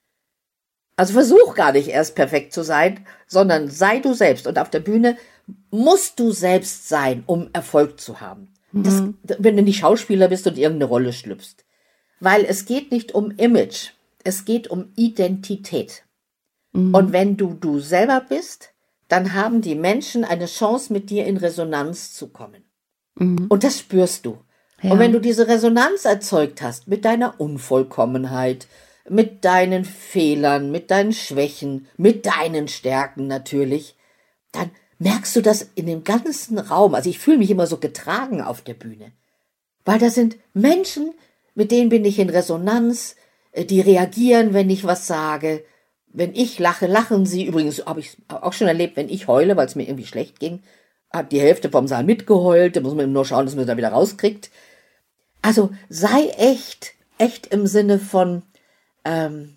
Also versuch gar nicht erst perfekt zu sein, sondern sei du selbst. Und auf der Bühne musst du selbst sein, um Erfolg zu haben. Wenn du nicht Schauspieler bist und irgendeine Rolle schlüpfst. Weil es geht nicht um Image, es geht um Identität. Und wenn du selber bist, dann haben die Menschen eine Chance, mit dir in Resonanz zu kommen. Und das spürst du. Ja. Und wenn du diese Resonanz erzeugt hast mit deiner Unvollkommenheit, mit deinen Fehlern, mit deinen Schwächen, mit deinen Stärken natürlich, dann merkst du das in dem ganzen Raum. Also ich fühle mich immer so getragen auf der Bühne. Weil da sind Menschen, mit denen bin ich in Resonanz, die reagieren, wenn ich was sage. Wenn ich lache, lachen sie. Übrigens habe ich auch schon erlebt, wenn ich heule, weil es mir irgendwie schlecht ging, hat die Hälfte vom Saal mitgeheult. Da muss man nur schauen, dass man da wieder rauskriegt. Also sei echt im Sinne von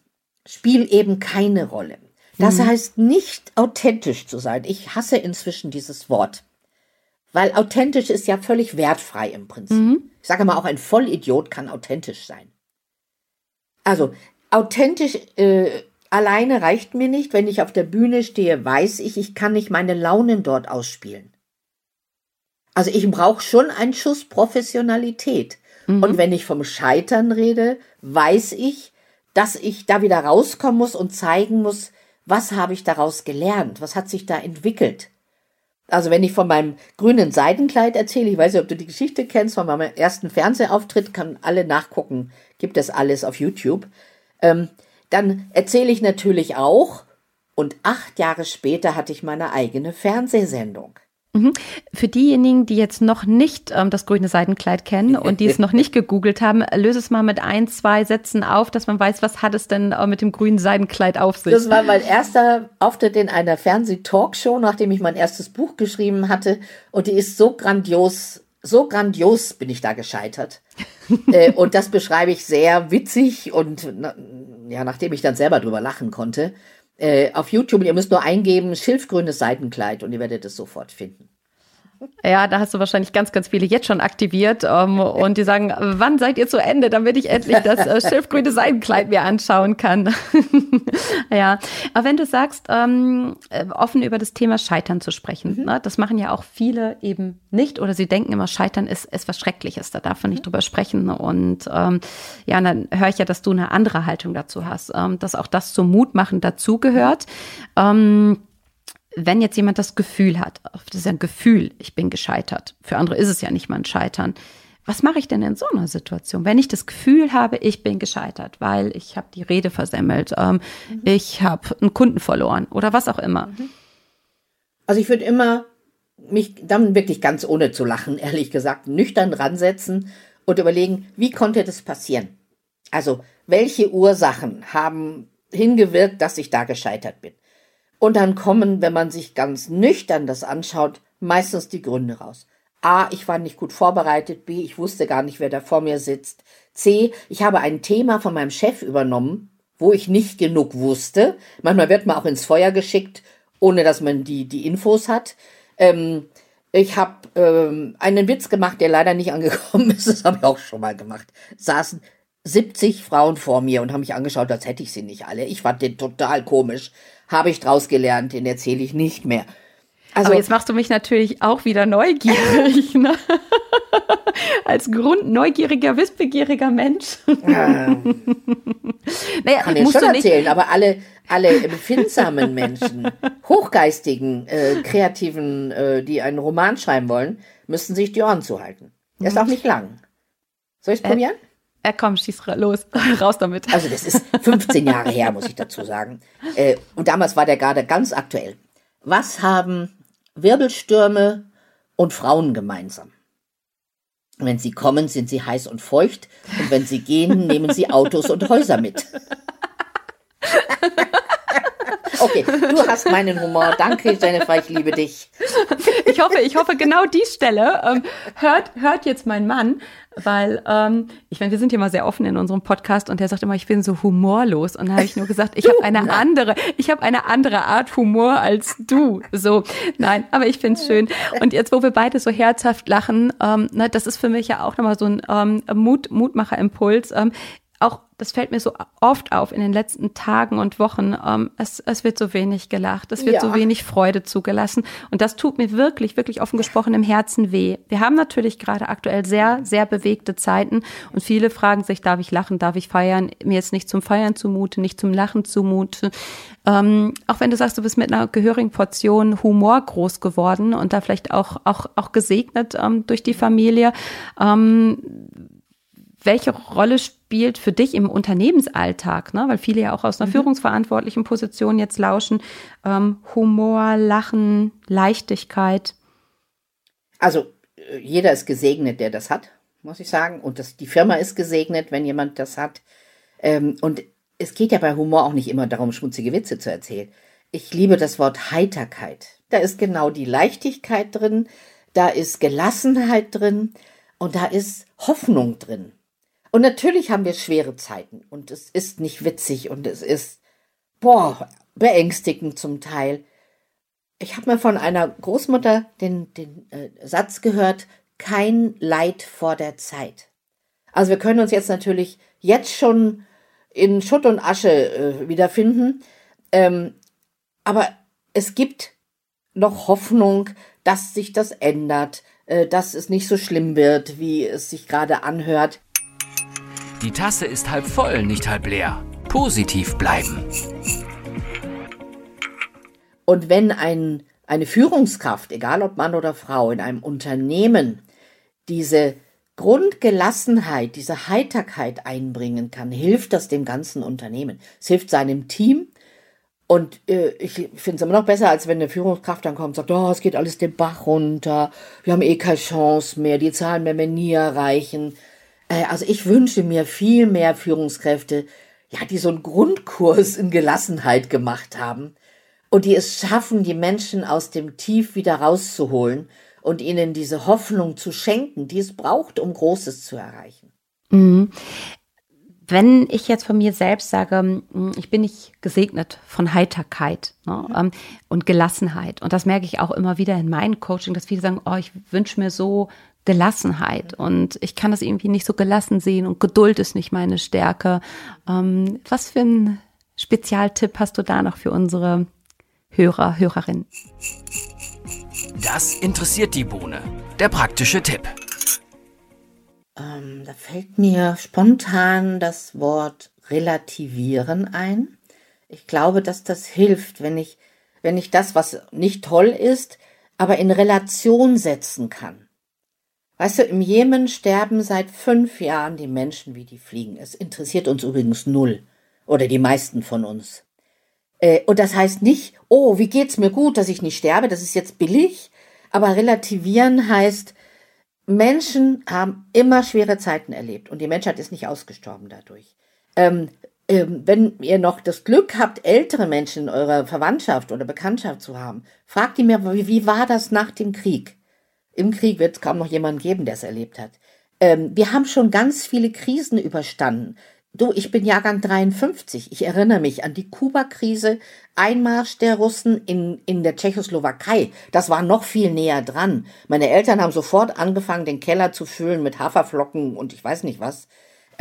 spiel eben keine Rolle. Das heißt nicht authentisch zu sein. Ich hasse inzwischen dieses Wort. Weil authentisch ist ja völlig wertfrei im Prinzip. Ich sage mal, auch ein Vollidiot kann authentisch sein. Also authentisch alleine reicht mir nicht. Wenn ich auf der Bühne stehe, weiß ich kann nicht meine Launen dort ausspielen. Also ich brauche schon einen Schuss Professionalität. Und wenn ich vom Scheitern rede, weiß ich, dass ich da wieder rauskommen muss und zeigen muss, was habe ich daraus gelernt? Was hat sich da entwickelt? Also wenn ich von meinem grünen Seidenkleid erzähle, ich weiß nicht, ob du die Geschichte kennst, von meinem ersten Fernsehauftritt, kann alle nachgucken, gibt es alles auf YouTube. Dann erzähle ich natürlich auch, und 8 Jahre später hatte ich meine eigene Fernsehsendung. Für diejenigen, die jetzt noch nicht das grüne Seidenkleid kennen und die es noch nicht gegoogelt haben, löse es mal mit 1, 2 Sätzen auf, dass man weiß, was hat es denn mit dem grünen Seidenkleid auf sich? Das war mein erster Auftritt in einer Fernseh-Talkshow, nachdem ich mein erstes Buch geschrieben hatte. Und die ist so grandios bin ich da gescheitert. Und das beschreibe ich sehr witzig und nachdem ich dann selber drüber lachen konnte. Auf YouTube, ihr müsst nur eingeben, schilfgrünes Seidenkleid und ihr werdet es sofort finden. Ja, da hast du wahrscheinlich ganz, ganz viele jetzt schon aktiviert und die sagen, wann seid ihr zu Ende, damit ich endlich das schilfgrüne Seidenkleid mir anschauen kann. Ja, aber wenn du sagst, offen über das Thema Scheitern zu sprechen, ne, das machen ja auch viele eben nicht oder sie denken immer, Scheitern ist was Schreckliches, da darf man nicht drüber sprechen und und dann höre ich ja, dass du eine andere Haltung dazu hast, dass auch das zum Mutmachen dazugehört. Wenn jetzt jemand das Gefühl hat, das ist ja ein Gefühl, ich bin gescheitert. Für andere ist es ja nicht mal ein Scheitern. Was mache ich denn in so einer Situation, wenn ich das Gefühl habe, ich bin gescheitert, weil ich habe die Rede versemmelt, ich habe einen Kunden verloren oder was auch immer? Also ich würde immer mich dann wirklich ganz ohne zu lachen, ehrlich gesagt, nüchtern ransetzen und überlegen, wie konnte das passieren? Also welche Ursachen haben hingewirkt, dass ich da gescheitert bin? Und dann kommen, wenn man sich ganz nüchtern das anschaut, meistens die Gründe raus. A, ich war nicht gut vorbereitet. B, ich wusste gar nicht, wer da vor mir sitzt. C, ich habe ein Thema von meinem Chef übernommen, wo ich nicht genug wusste. Manchmal wird man auch ins Feuer geschickt, ohne dass man die Infos hat. Ich habe einen Witz gemacht, der leider nicht angekommen ist. Das habe ich auch schon mal gemacht. Saßen 70 Frauen vor mir und haben mich angeschaut, als hätte ich sie nicht alle. Ich fand den total komisch. Habe ich draus gelernt, den erzähle ich nicht mehr. Also, aber jetzt machst du mich natürlich auch wieder neugierig, ne? Als grundneugieriger, wissbegieriger Mensch. Kann ich schon erzählen, aber alle empfindsamen Menschen, hochgeistigen, kreativen, die einen Roman schreiben wollen, müssen sich die Ohren zuhalten. Der ist auch nicht lang. Soll ich es probieren? Komm, schieß los, raus damit. Also das ist 15 Jahre her, muss ich dazu sagen. Und damals war der gerade ganz aktuell. Was haben Wirbelstürme und Frauen gemeinsam? Wenn sie kommen, sind sie heiß und feucht. Und wenn sie gehen, nehmen sie Autos und Häuser mit. Okay, du hast meinen Humor. Danke, Jennifer, ich liebe dich. Ich hoffe, genau die Stelle hört jetzt mein Mann, weil ich meine, wir sind hier mal sehr offen in unserem Podcast und der sagt immer, ich bin so humorlos. Und da habe ich nur gesagt, ich habe eine andere Art Humor als du. So, nein, aber ich finde es schön. Und jetzt, wo wir beide so herzhaft lachen, das ist für mich ja auch nochmal so ein Mutmacherimpuls. Auch, das fällt mir so oft auf in den letzten Tagen und Wochen, es wird so wenig gelacht, es wird so wenig Freude zugelassen und das tut mir wirklich, wirklich offen gesprochen im Herzen weh. Wir haben natürlich gerade aktuell sehr, sehr bewegte Zeiten und viele fragen sich, darf ich lachen, darf ich feiern? Mir ist nicht zum Feiern zumute, nicht zum Lachen zumute. Auch wenn du sagst, du bist mit einer gehörigen Portion Humor groß geworden und da vielleicht auch gesegnet durch die Familie, welche Rolle spielt für dich im Unternehmensalltag, ne? Weil viele ja auch aus einer führungsverantwortlichen Position jetzt lauschen, Humor, Lachen, Leichtigkeit? Also jeder ist gesegnet, der das hat, muss ich sagen. Und die Firma ist gesegnet, wenn jemand das hat. Und es geht ja bei Humor auch nicht immer darum, schmutzige Witze zu erzählen. Ich liebe das Wort Heiterkeit. Da ist genau die Leichtigkeit drin, da ist Gelassenheit drin und da ist Hoffnung drin. Und natürlich haben wir schwere Zeiten und es ist nicht witzig und es ist beängstigend zum Teil. Ich habe mal von einer Großmutter den Satz gehört, kein Leid vor der Zeit. Also wir können uns jetzt natürlich jetzt schon in Schutt und Asche wiederfinden, aber es gibt noch Hoffnung, dass sich das ändert, dass es nicht so schlimm wird, wie es sich gerade anhört. Die Tasse ist halb voll, nicht halb leer. Positiv bleiben. Und wenn eine Führungskraft, egal ob Mann oder Frau, in einem Unternehmen diese Grundgelassenheit, diese Heiterkeit einbringen kann, hilft das dem ganzen Unternehmen. Es hilft seinem Team. Und ich finde es immer noch besser, als wenn eine Führungskraft dann kommt und sagt, es geht alles den Bach runter, wir haben keine Chance mehr, die Zahlen werden wir nie erreichen. Also ich wünsche mir viel mehr Führungskräfte, die so einen Grundkurs in Gelassenheit gemacht haben und die es schaffen, die Menschen aus dem Tief wieder rauszuholen und ihnen diese Hoffnung zu schenken, die es braucht, um Großes zu erreichen. Mhm. Wenn ich jetzt von mir selbst sage, ich bin nicht gesegnet von Heiterkeit, ne, und Gelassenheit. Und das merke ich auch immer wieder in meinem Coaching, dass viele sagen, ich wünsche mir so Gelassenheit und ich kann das irgendwie nicht so gelassen sehen und Geduld ist nicht meine Stärke. Was für einen Spezialtipp hast du da noch für unsere Hörerinnen? Das interessiert die Bohne. Der praktische Tipp. Da fällt mir spontan das Wort relativieren ein. Ich glaube, dass das hilft, wenn ich das, was nicht toll ist, aber in Relation setzen kann. Weißt du, im Jemen sterben seit 5 Jahren die Menschen wie die Fliegen. Es interessiert uns übrigens 0 oder die meisten von uns. Und das heißt nicht, wie geht's mir gut, dass ich nicht sterbe, das ist jetzt billig. Aber relativieren heißt, Menschen haben immer schwere Zeiten erlebt und die Menschheit ist nicht ausgestorben dadurch. Wenn ihr noch das Glück habt, ältere Menschen in eurer Verwandtschaft oder Bekanntschaft zu haben, fragt die mir, wie war das nach dem Krieg? Im Krieg wird es kaum noch jemanden geben, der es erlebt hat. Wir haben schon ganz viele Krisen überstanden. Ich bin Jahrgang 53. Ich erinnere mich an die Kuba-Krise, Einmarsch der Russen in der Tschechoslowakei. Das war noch viel näher dran. Meine Eltern haben sofort angefangen, den Keller zu füllen mit Haferflocken und ich weiß nicht was.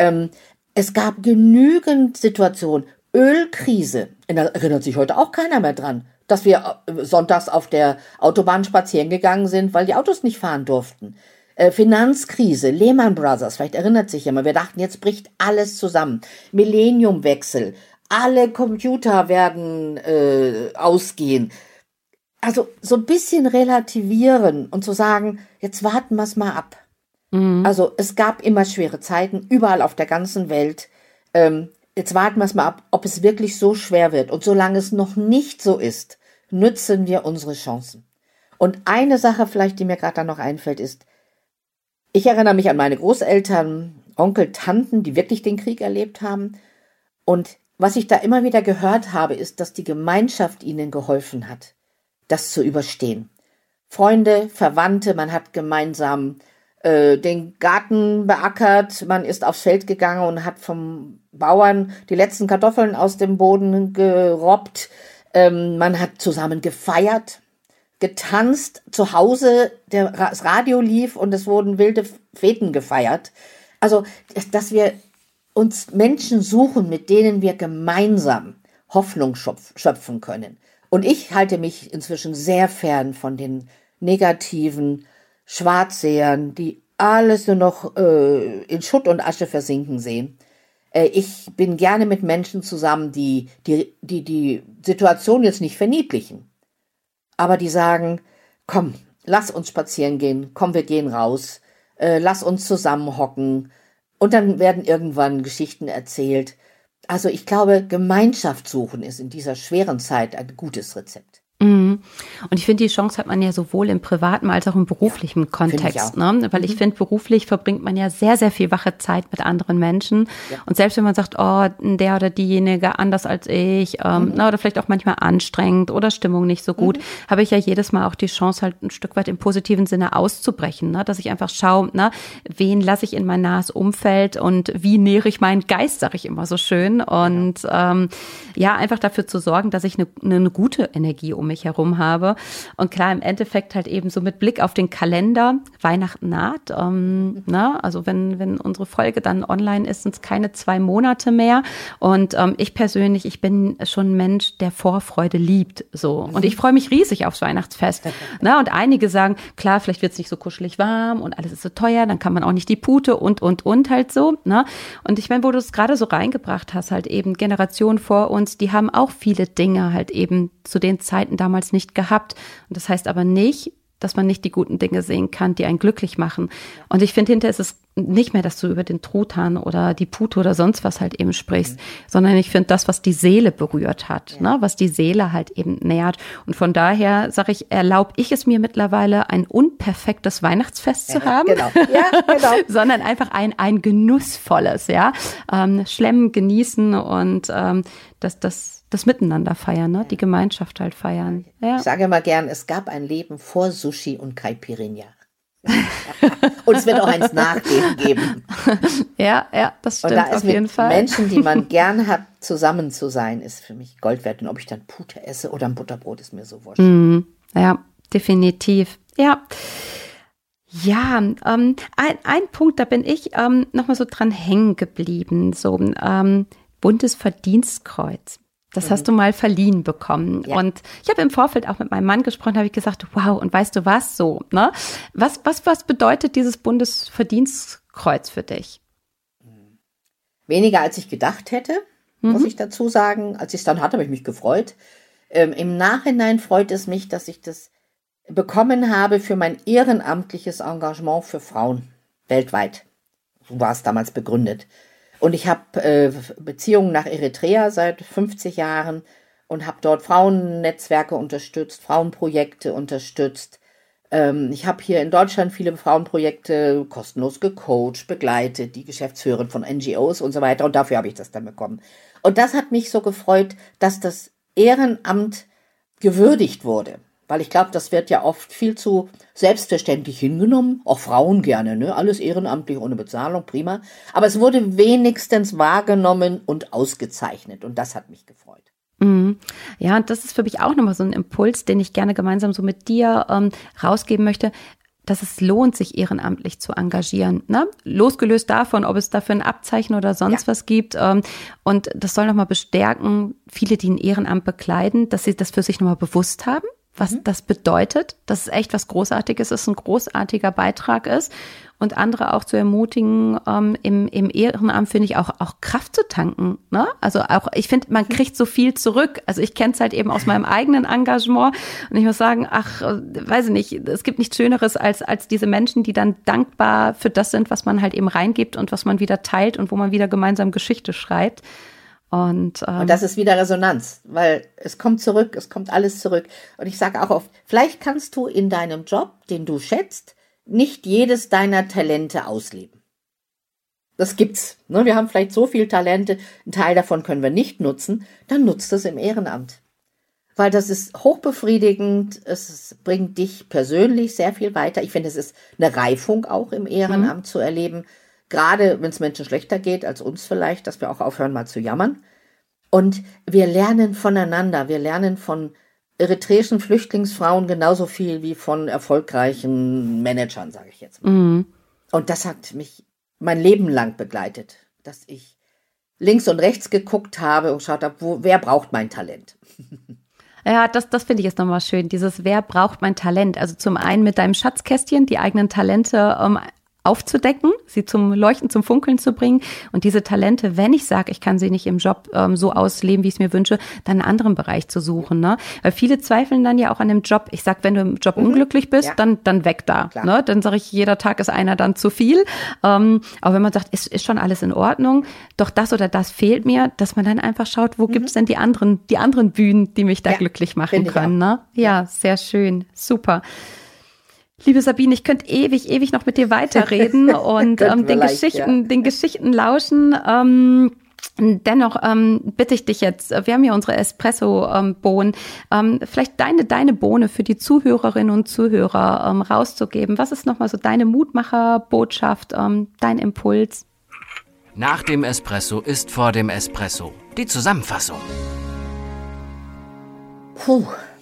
Es gab genügend Situationen. Ölkrise. Da erinnert sich heute auch keiner mehr dran, dass wir sonntags auf der Autobahn spazieren gegangen sind, weil die Autos nicht fahren durften. Finanzkrise, Lehman Brothers, vielleicht erinnert sich jemand, wir dachten, jetzt bricht alles zusammen. Millenniumwechsel, alle Computer werden ausgehen. Also so ein bisschen relativieren und zu sagen, jetzt warten wir es mal ab. Mhm. Also es gab immer schwere Zeiten, überall auf der ganzen Welt. Jetzt warten wir es mal ab, ob es wirklich so schwer wird. Und solange es noch nicht so ist, nützen wir unsere Chancen. Und eine Sache vielleicht, die mir gerade da noch einfällt, ist, ich erinnere mich an meine Großeltern, Onkel, Tanten, die wirklich den Krieg erlebt haben. Und was ich da immer wieder gehört habe, ist, dass die Gemeinschaft ihnen geholfen hat, das zu überstehen. Freunde, Verwandte, man hat gemeinsam den Garten beackert, man ist aufs Feld gegangen und hat vom Bauern die letzten Kartoffeln aus dem Boden gerobbt. Man hat zusammen gefeiert, getanzt, zu Hause das Radio lief und es wurden wilde Feten gefeiert. Also, dass wir uns Menschen suchen, mit denen wir gemeinsam Hoffnung schöpfen können. Und ich halte mich inzwischen sehr fern von den negativen Schwarzsehern, die alles nur noch in Schutt und Asche versinken sehen. Ich bin gerne mit Menschen zusammen, die Situation jetzt nicht verniedlichen, aber die sagen, komm, lass uns spazieren gehen, komm, wir gehen raus, lass uns zusammenhocken und dann werden irgendwann Geschichten erzählt. Also ich glaube, Gemeinschaft suchen ist in dieser schweren Zeit ein gutes Rezept. Und ich finde, die Chance hat man ja sowohl im privaten als auch im beruflichen Kontext, ne? Weil ich finde, beruflich verbringt man ja sehr, sehr viel wache Zeit mit anderen Menschen. Ja. Und selbst wenn man sagt, oh, der oder diejenige anders als ich, oder vielleicht auch manchmal anstrengend oder Stimmung nicht so gut, habe ich ja jedes Mal auch die Chance, halt ein Stück weit im positiven Sinne auszubrechen, ne? Dass ich einfach schaue, ne, wen lasse ich in mein nahes Umfeld und wie nähere ich meinen Geist, sage ich immer so schön. Und einfach dafür zu sorgen, dass ich eine gute Energie um mich herum habe. Und klar, im Endeffekt halt eben so mit Blick auf den Kalender, Weihnachten naht. Also wenn unsere Folge dann online ist, sind es keine 2 Monate mehr. Und ich persönlich, ich bin schon ein Mensch, der Vorfreude liebt. So. Und ich freue mich riesig aufs Weihnachtsfest. Und einige sagen, klar, vielleicht wird es nicht so kuschelig warm und alles ist so teuer, dann kann man auch nicht die Pute und halt so. Ne? Und ich meine, wo du es gerade so reingebracht hast, halt eben Generationen vor uns, die haben auch viele Dinge halt eben zu den Zeiten damals nicht gehabt. Und das heißt aber nicht, dass man nicht die guten Dinge sehen kann, die einen glücklich machen. Und ich finde, hinterher ist es nicht mehr, dass du über den Truthahn oder die Pute oder sonst was halt eben sprichst, sondern ich finde das, was die Seele berührt hat, ne? Was die Seele halt eben nährt. Und von daher, sage ich, erlaube ich es mir mittlerweile, ein unperfektes Weihnachtsfest zu haben, genau. sondern einfach ein genussvolles, Schlemmen, genießen und das Miteinander feiern, ne? Die Gemeinschaft halt feiern. Ja. Ich sage immer gern, es gab ein Leben vor Sushi und Caipirinha. Und es wird auch eins nachgeben geben. Ja, das stimmt. Und da ist auf jeden Fall. Menschen, die man gern hat, zusammen zu sein, ist für mich Gold wert. Und ob ich dann Pute esse oder ein Butterbrot, ist mir so wurscht. Ja, definitiv. Ja. Ja, ein Punkt, da bin ich nochmal so dran hängen geblieben. So Bundesverdienstkreuz. Das hast du mal verliehen bekommen. Ja. Und ich habe im Vorfeld auch mit meinem Mann gesprochen, habe ich gesagt, wow, und weißt du was, so, ne? Was bedeutet dieses Bundesverdienstkreuz für dich? Weniger als ich gedacht hätte, muss ich dazu sagen. Als ich es dann hatte, habe ich mich gefreut. Im Nachhinein freut es mich, dass ich das bekommen habe für mein ehrenamtliches Engagement für Frauen weltweit. So war es damals begründet. Und ich habe Beziehungen nach Eritrea seit 50 Jahren und habe dort Frauennetzwerke unterstützt, Frauenprojekte unterstützt. Ich habe hier in Deutschland viele Frauenprojekte kostenlos gecoacht, begleitet, die Geschäftsführerin von NGOs und so weiter. Und dafür habe ich das dann bekommen. Und das hat mich so gefreut, dass das Ehrenamt gewürdigt wurde. Weil ich glaube, das wird ja oft viel zu selbstverständlich hingenommen. Auch Frauen gerne, ne? Alles ehrenamtlich, ohne Bezahlung, prima. Aber es wurde wenigstens wahrgenommen und ausgezeichnet. Und das hat mich gefreut. Ja, und das ist für mich auch nochmal so ein Impuls, den ich gerne gemeinsam so mit dir rausgeben möchte, dass es lohnt, sich ehrenamtlich zu engagieren. Ne? Losgelöst davon, ob es dafür ein Abzeichen oder sonst was gibt. Und das soll nochmal bestärken, viele, die ein Ehrenamt bekleiden, dass sie das für sich nochmal bewusst haben, was das bedeutet, dass es echt was Großartiges ist, ein großartiger Beitrag ist. Und andere auch zu ermutigen, im Ehrenamt finde ich auch Kraft zu tanken. Ne? Also auch, ich finde, man kriegt so viel zurück. Also ich kenne es halt eben aus meinem eigenen Engagement. Und ich muss sagen, weiß ich nicht, es gibt nichts Schöneres als diese Menschen, die dann dankbar für das sind, was man halt eben reingibt und was man wieder teilt und wo man wieder gemeinsam Geschichte schreibt. Und das ist wieder Resonanz, weil es kommt zurück, es kommt alles zurück. Und ich sage auch oft, vielleicht kannst du in deinem Job, den du schätzt, nicht jedes deiner Talente ausleben. Das gibt's. Ne? Wir haben vielleicht so viele Talente, einen Teil davon können wir nicht nutzen, dann nutzt es im Ehrenamt. Weil das ist hochbefriedigend, es bringt dich persönlich sehr viel weiter. Ich finde, es ist eine Reifung auch im Ehrenamt zu erleben, gerade wenn es Menschen schlechter geht als uns vielleicht, dass wir auch aufhören mal zu jammern. Und wir lernen voneinander, wir lernen von eritreischen Flüchtlingsfrauen genauso viel wie von erfolgreichen Managern, sage ich jetzt mal. Und das hat mich mein Leben lang begleitet, dass ich links und rechts geguckt habe und geschaut habe, wer braucht mein Talent? Ja, das finde ich jetzt nochmal schön, dieses wer braucht mein Talent? Also zum einen mit deinem Schatzkästchen die eigenen Talente aufzudecken, sie zum Leuchten, zum Funkeln zu bringen und diese Talente, wenn ich sage, ich kann sie nicht im Job so ausleben, wie ich es mir wünsche, dann einen anderen Bereich zu suchen. Ne? Weil viele zweifeln dann ja auch an dem Job. Ich sage, wenn du im Job unglücklich bist, dann weg da. Ne? Dann sage ich, jeder Tag ist einer dann zu viel. Aber wenn man sagt, ist schon alles in Ordnung, doch das oder das fehlt mir, dass man dann einfach schaut, wo gibt es denn die anderen Bühnen, die mich da glücklich machen können. Ne? Ja, sehr schön. Super. Liebe Sabine, ich könnte ewig noch mit dir weiterreden und den Geschichten lauschen. Dennoch bitte ich dich jetzt, wir haben ja unsere Espresso-Bohnen, vielleicht deine Bohne für die Zuhörerinnen und Zuhörer rauszugeben. Was ist nochmal so deine Mutmacherbotschaft, dein Impuls? Nach dem Espresso ist vor dem Espresso. Die Zusammenfassung. Puh.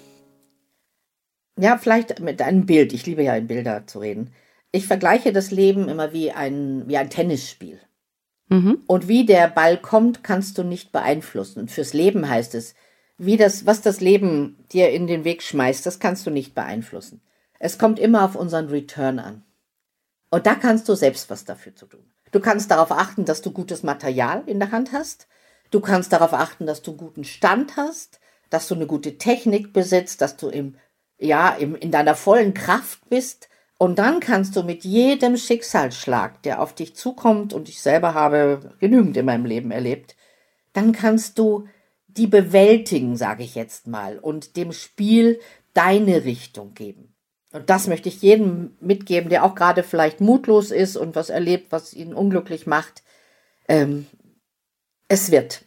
Ja, vielleicht mit einem Bild. Ich liebe ja in Bilder zu reden. Ich vergleiche das Leben immer wie ein Tennisspiel. Und wie der Ball kommt, kannst du nicht beeinflussen. Und fürs Leben heißt es, was das Leben dir in den Weg schmeißt, das kannst du nicht beeinflussen. Es kommt immer auf unseren Return an. Und da kannst du selbst was dafür zu tun. Du kannst darauf achten, dass du gutes Material in der Hand hast. Du kannst darauf achten, dass du guten Stand hast, dass du eine gute Technik besitzt, dass du in deiner vollen Kraft bist. Und dann kannst du mit jedem Schicksalsschlag, der auf dich zukommt, und ich selber habe genügend in meinem Leben erlebt, dann kannst du die bewältigen, sage ich jetzt mal, und dem Spiel deine Richtung geben. Und das möchte ich jedem mitgeben, der auch gerade vielleicht mutlos ist und was erlebt, was ihn unglücklich macht. Es wird.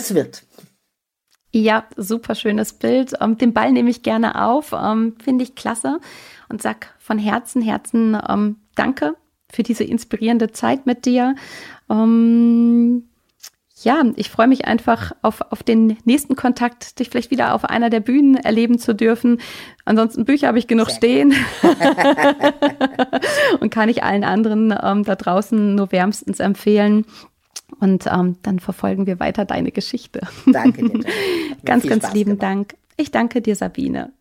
Ja, super schönes Bild. Den Ball nehme ich gerne auf, finde ich klasse und sag von Herzen danke für diese inspirierende Zeit mit dir. Ich freue mich einfach auf den nächsten Kontakt, dich vielleicht wieder auf einer der Bühnen erleben zu dürfen. Ansonsten Bücher habe ich genug stehen und kann ich allen anderen da draußen nur wärmstens empfehlen. Und dann verfolgen wir weiter deine Geschichte. Danke dir. Ganz lieben Dank. Ich danke dir, Sabine.